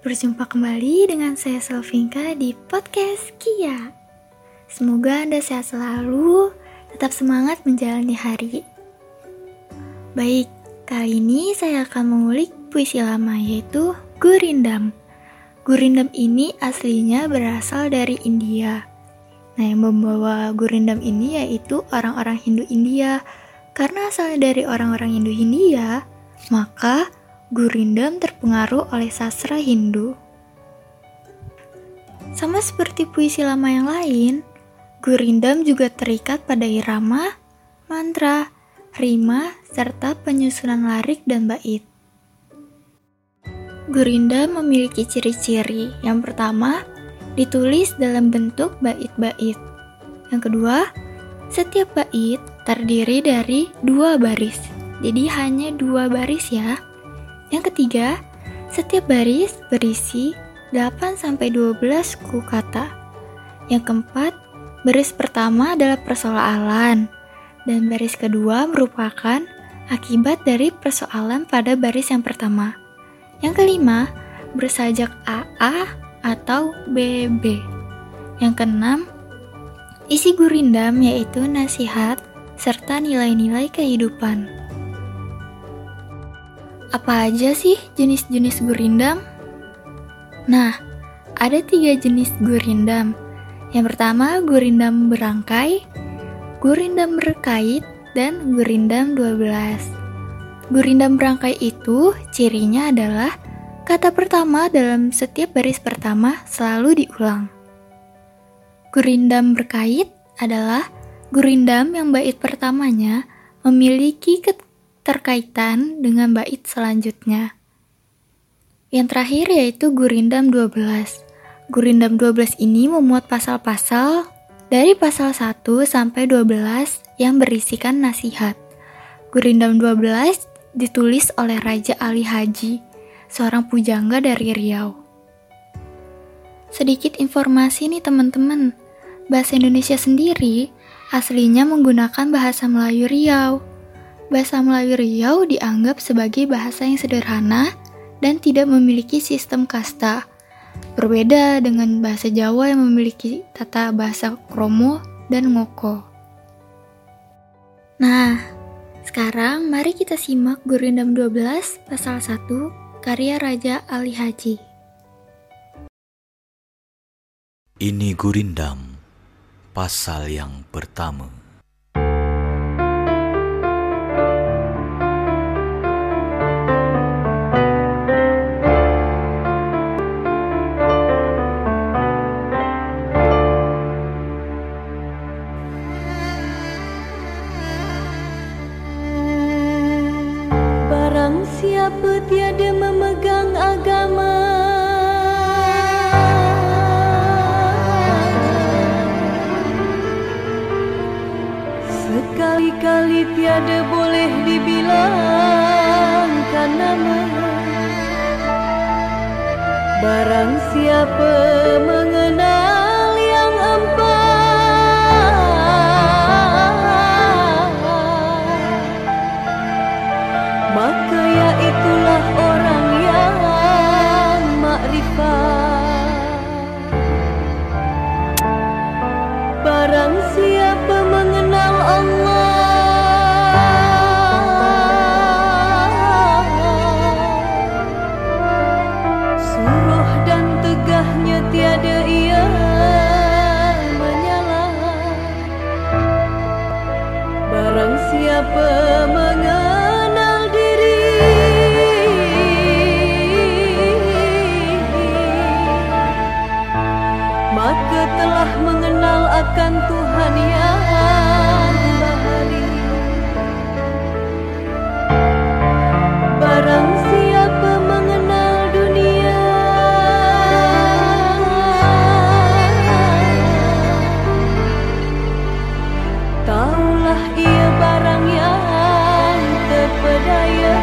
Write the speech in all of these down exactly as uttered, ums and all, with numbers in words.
Berjumpa kembali dengan saya Selvinka di podcast Kia. Semoga Anda sehat selalu, tetap semangat menjalani hari. Baik, kali ini saya akan mengulik puisi lama yaitu Gurindam. Gurindam ini aslinya berasal dari India. Nah, yang membawa Gurindam ini yaitu orang-orang Hindu India. Karena asalnya dari orang-orang Hindu India, maka Gurindam terpengaruh oleh sastra Hindu. Sama seperti puisi lama yang lain, Gurindam juga terikat pada irama, mantra, rima, serta penyusunan larik dan bait. Gurindam memiliki ciri-ciri. Yang pertama, ditulis dalam bentuk bait-bait. Yang kedua, setiap bait terdiri dari dua baris. Jadi hanya dua baris ya. Yang ketiga, setiap baris berisi delapan sampai dua belas suku kata. Yang keempat, baris pertama adalah persoalan dan baris kedua merupakan akibat dari persoalan pada baris yang pertama. Yang kelima, bersajak A A atau B B. Yang keenam, isi Gurindam yaitu nasihat serta nilai-nilai kehidupan. Apa aja sih jenis-jenis Gurindam? Nah, ada tiga jenis Gurindam. Yang pertama, Gurindam berangkai, Gurindam berkait, dan Gurindam dua belas. Gurindam berangkai itu cirinya adalah kata pertama dalam setiap baris pertama selalu diulang. Gurindam berkait adalah Gurindam yang bait pertamanya memiliki keterkaitan dengan bait selanjutnya. Yang terakhir yaitu Gurindam dua belas. Gurindam dua belas ini memuat pasal-pasal dari pasal satu sampai dua belas yang berisikan nasihat. Gurindam dua belas ditulis oleh Raja Ali Haji, seorang pujangga dari Riau. Sedikit informasi nih teman-teman. Bahasa Indonesia sendiri aslinya menggunakan bahasa Melayu Riau. Bahasa Melayu Riau dianggap sebagai bahasa yang sederhana dan tidak memiliki sistem kasta. Berbeda dengan bahasa Jawa yang memiliki tata bahasa kromo dan ngoko. Nah, sekarang mari kita simak Gurindam dua belas pasal satu karya Raja Ali Haji. Ini Gurindam pasal yang pertama. Barang siapa tiada memegang agama, sekali-kali tiada boleh dibilangkan nama. Barang siapa mengenal yang empat, maka iaitulah orang yang makrifat. Barang siapa mengenal Allah, suruh dan tegahnya tiada ia menyalah. Barang siapa mengenal diri, maka telah mengenal akan Tuhan yang bahari. Barang siapa mengenal dunia, taulah ia barang yang terpedaya.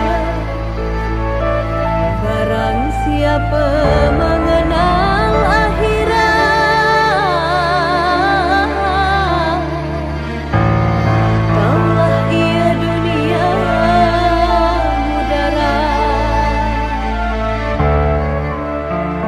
Barang siapa mengenal akhirat, taulah ia dunia mudarat.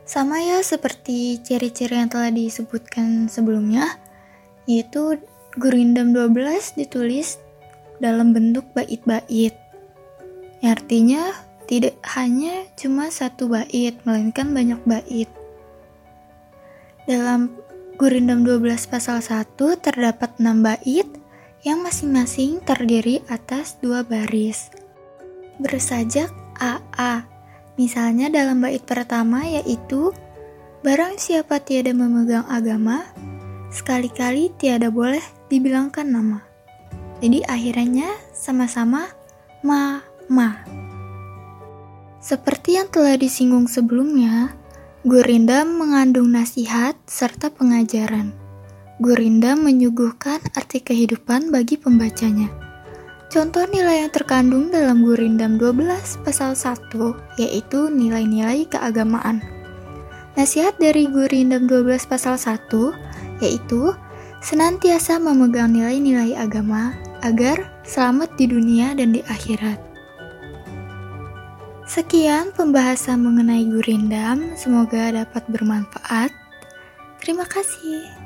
Sama ya seperti ciri-ciri yang telah disebutkan sebelumnya, yaitu Gurindam dua belas ditulis dalam bentuk bait-bait. Artinya tidak hanya cuma satu bait, melainkan banyak bait. Dalam Gurindam dua belas pasal satu terdapat enam bait yang masing-masing terdiri atas dua baris. Bersajak A A. Misalnya dalam bait pertama yaitu barang siapa tiada memegang agama, sekali-kali tiada boleh dibilangkan nama. Jadi akhirnya sama-sama ma ma. Seperti yang telah disinggung sebelumnya, Gurindam mengandung nasihat serta pengajaran. Gurindam menyuguhkan arti kehidupan bagi pembacanya. Contoh nilai yang terkandung dalam Gurindam dua belas pasal satu yaitu nilai-nilai keagamaan. Nasihat dari Gurindam dua belas pasal satu yaitu senantiasa memegang nilai-nilai agama agar selamat di dunia dan di akhirat. Sekian pembahasan mengenai Gurindam, semoga dapat bermanfaat. Terima kasih.